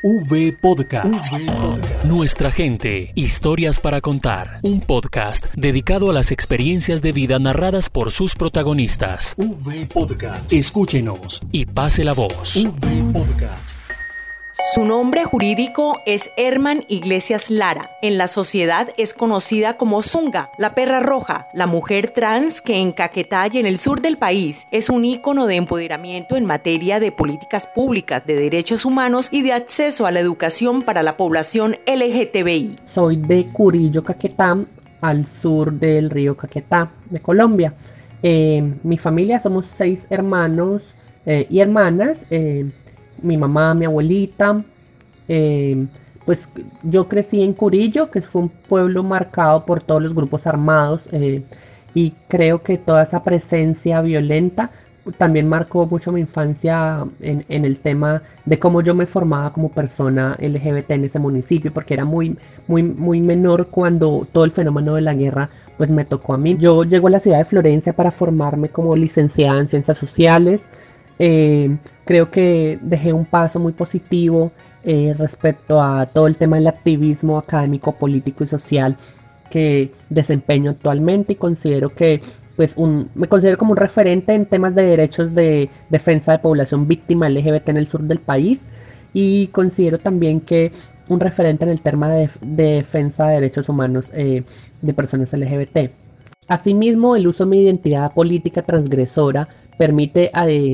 V Podcast. Nuestra gente, historias para contar. Un podcast dedicado a las experiencias de vida narradas por sus protagonistas. V Podcast. Escúchenos y pase la voz. V Podcast. Su nombre jurídico es Herman Iglesias Lara. En la sociedad es conocida como Zunga, la perra roja, la mujer trans que en Caquetá y en el sur del país es un ícono de empoderamiento en materia de políticas públicas, de derechos humanos y de acceso a la educación para la población LGTBI. Soy de Curillo, Caquetá, al sur del río Caquetá, de Colombia. Mi familia somos 6 hermanos y hermanas. Mi mamá, mi abuelita, pues yo crecí en Curillo, que fue un pueblo marcado por todos los grupos armados, y creo que toda esa presencia violenta también marcó mucho mi infancia en el tema de cómo yo me formaba como persona LGBT en ese municipio, porque era muy menor cuando todo el fenómeno de la guerra pues me tocó a mí. Yo llego a la ciudad de Florencia para formarme como licenciada en Ciencias Sociales. Creo que dejé un paso muy positivo respecto a todo el tema del activismo académico, político y social que desempeño actualmente, y considero que me considero como un referente en temas de derechos de defensa de población víctima LGBT en el sur del país, y considero también que un referente en el tema de defensa de derechos humanos de personas LGBT. Asimismo, el uso de mi identidad política transgresora permite,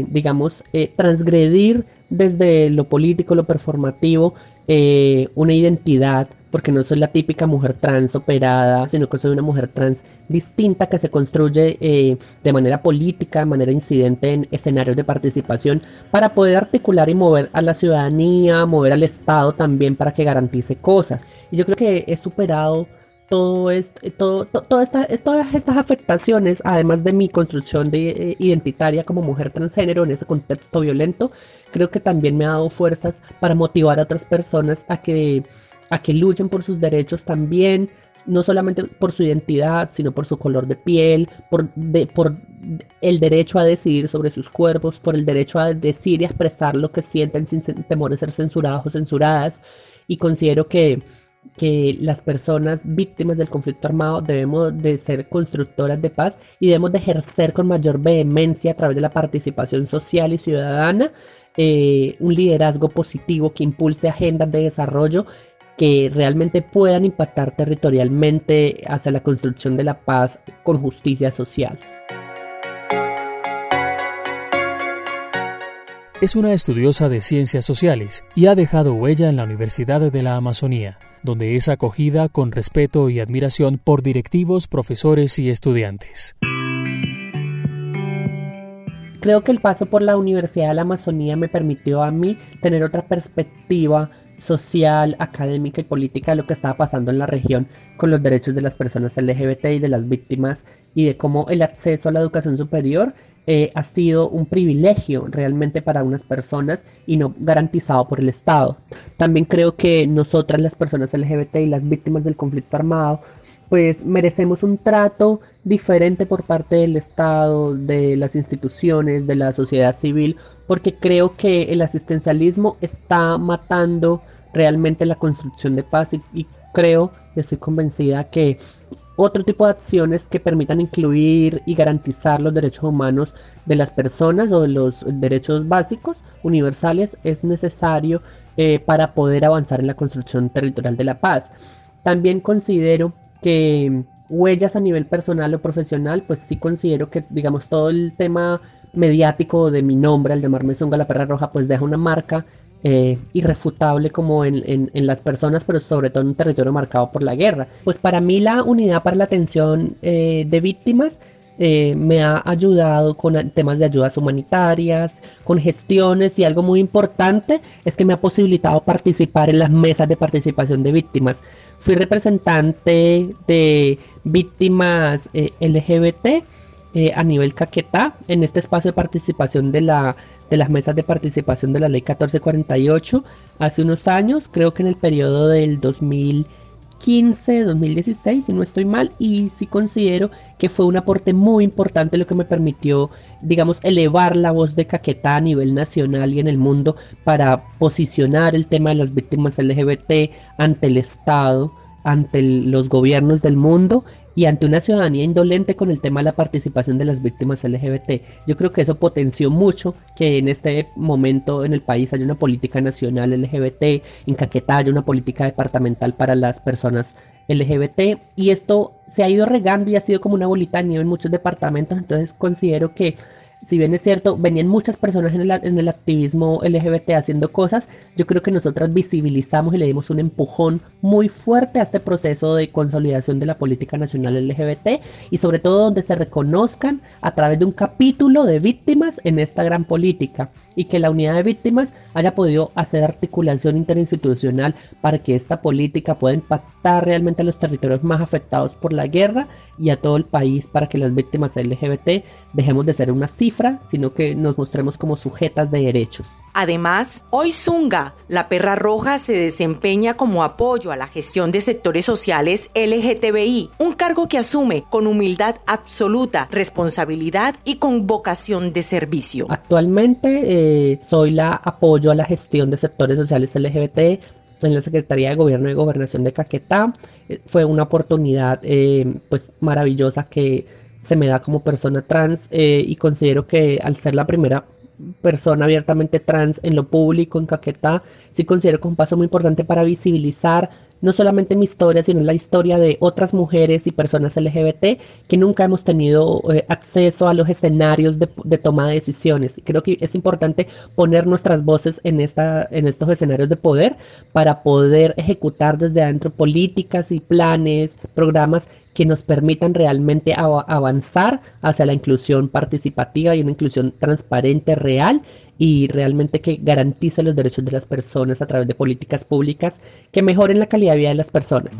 transgredir desde lo político, lo performativo, una identidad, porque no soy la típica mujer trans operada, sino que soy una mujer trans distinta que se construye de manera política, de manera incidente en escenarios de participación, para poder articular y mover a la ciudadanía, mover al Estado también para que garantice cosas. Y yo creo que he superado todas estas afectaciones, además de mi construcción identitaria como mujer transgénero en ese contexto violento. Creo que también me ha dado fuerzas para motivar a otras personas a que luchen por sus derechos también, no solamente por su identidad, sino por su color de piel, por el derecho a decidir sobre sus cuerpos, por el derecho a decir y expresar lo que sienten sin temor de ser censurados o censuradas. Y considero que las personas víctimas del conflicto armado debemos de ser constructoras de paz y debemos de ejercer con mayor vehemencia a través de la participación social y ciudadana un liderazgo positivo que impulse agendas de desarrollo que realmente puedan impactar territorialmente hacia la construcción de la paz con justicia social. Es una estudiosa de ciencias sociales y ha dejado huella en la Universidad de la Amazonía, donde es acogida con respeto y admiración por directivos, profesores y estudiantes. Creo que el paso por la Universidad de la Amazonía me permitió a mí tener otra perspectiva social, académica y política de lo que estaba pasando en la región con los derechos de las personas LGBT y de las víctimas, y de cómo el acceso a la educación superior ha sido un privilegio realmente para unas personas y no garantizado por el Estado. También creo que nosotras, las personas LGBT y las víctimas del conflicto armado, pues merecemos un trato diferente por parte del Estado, de las instituciones, de la sociedad civil, porque creo que el asistencialismo está matando realmente la construcción de paz, y creo y estoy convencida que otro tipo de acciones que permitan incluir y garantizar los derechos humanos de las personas o de los derechos básicos universales es necesario para poder avanzar en la construcción territorial de la paz. También considero que huellas a nivel personal o profesional, pues sí considero que, digamos, todo el tema mediático de mi nombre, al llamarme Zunga la perra roja, pues deja una marca irrefutable como en las personas, pero sobre todo en un territorio marcado por la guerra. Pues para mí la unidad para la atención de víctimas me ha ayudado con temas de ayudas humanitarias, con gestiones, y algo muy importante es que me ha posibilitado participar en las mesas de participación de víctimas. Fui representante de víctimas LGBT a nivel Caquetá en este espacio de participación de las mesas de participación de la ley 1448 hace unos años, creo que en el periodo del 2015 2015, 2016, si no estoy mal, y sí considero que fue un aporte muy importante lo que me permitió, digamos, elevar la voz de Caquetá a nivel nacional y en el mundo para posicionar el tema de las víctimas LGBT ante el Estado, ante los gobiernos del mundo y ante una ciudadanía indolente con el tema de la participación de las víctimas LGBT. Yo creo que eso potenció mucho que en este momento en el país haya una política nacional LGBT, en Caquetá haya una política departamental para las personas LGBT, y esto se ha ido regando y ha sido como una bolita de nieve en muchos departamentos. Entonces considero que, si bien es cierto, venían muchas personas en el activismo LGBT haciendo cosas, yo creo que nosotras visibilizamos y le dimos un empujón muy fuerte a este proceso de consolidación de la política nacional LGBT, y sobre todo donde se reconozcan a través de un capítulo de víctimas en esta gran política, y que la unidad de víctimas haya podido hacer articulación interinstitucional para que esta política pueda impactar realmente a los territorios más afectados por la guerra y a todo el país, para que las víctimas LGBT dejemos de ser una cifra, sino que nos mostremos como sujetas de derechos. Además, hoy Zunga, la perra roja, se desempeña como apoyo a la gestión de sectores sociales LGTBI, un cargo que asume con humildad absoluta, responsabilidad y con vocación de servicio. Actualmente soy la apoyo a la gestión de sectores sociales LGBT en la Secretaría de Gobierno y Gobernación de Caquetá. Fue una oportunidad pues maravillosa que se me da como persona trans, y considero que al ser la primera persona abiertamente trans en lo público en Caquetá, sí considero que es un paso muy importante para visibilizar no solamente mi historia, sino la historia de otras mujeres y personas LGBT que nunca hemos tenido acceso a los escenarios de toma de decisiones. Creo que es importante poner nuestras voces en estos escenarios de poder para poder ejecutar desde adentro políticas y planes, programas que nos permitan realmente avanzar hacia la inclusión participativa y una inclusión transparente, real, y realmente que garantice los derechos de las personas a través de políticas públicas que mejoren la calidad de vida de las personas.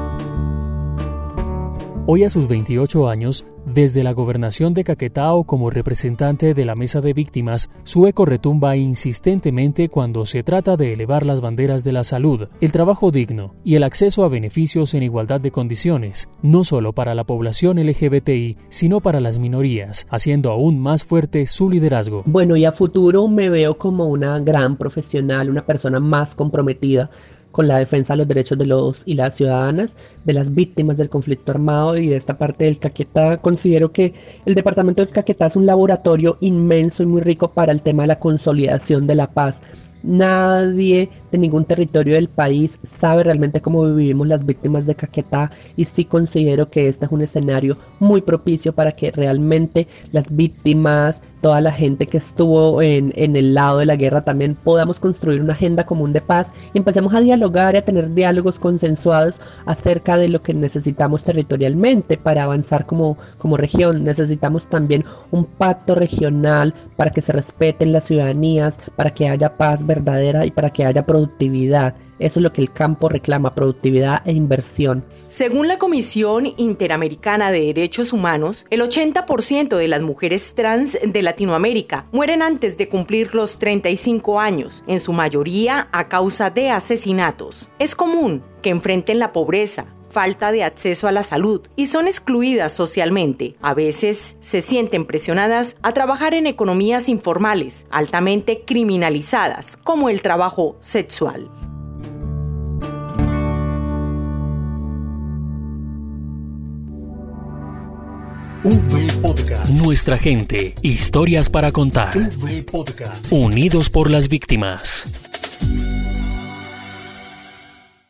Hoy, a sus 28 años, desde la gobernación de Caquetá o como representante de la mesa de víctimas, su eco retumba insistentemente cuando se trata de elevar las banderas de la salud, el trabajo digno y el acceso a beneficios en igualdad de condiciones, no solo para la población LGBTI, sino para las minorías, haciendo aún más fuerte su liderazgo. Bueno, y a futuro me veo como una gran profesional, una persona más comprometida con la defensa de los derechos de los y las ciudadanas, de las víctimas del conflicto armado y de esta parte del Caquetá. Considero que el departamento del Caquetá es un laboratorio inmenso y muy rico para el tema de la consolidación de la paz. Nadie de ningún territorio del país sabe realmente cómo vivimos las víctimas de Caquetá, y sí considero que este es un escenario muy propicio para que realmente las víctimas, toda la gente que estuvo en el lado de la guerra, también podamos construir una agenda común de paz y empecemos a dialogar y a tener diálogos consensuados acerca de lo que necesitamos territorialmente para avanzar como región. Necesitamos también un pacto regional para que se respeten las ciudadanías, para que haya paz verdadera y para que haya productividad. Eso es lo que el campo reclama, productividad e inversión. Según la Comisión Interamericana de Derechos Humanos, el 80% de las mujeres trans de Latinoamérica mueren antes de cumplir los 35 años, en su mayoría a causa de asesinatos. Es común que enfrenten la pobreza, falta de acceso a la salud y son excluidas socialmente. A veces se sienten presionadas a trabajar en economías informales, altamente criminalizadas, como el trabajo sexual. Podcast. Nuestra gente, historias para contar. Podcast. Unidos por las víctimas.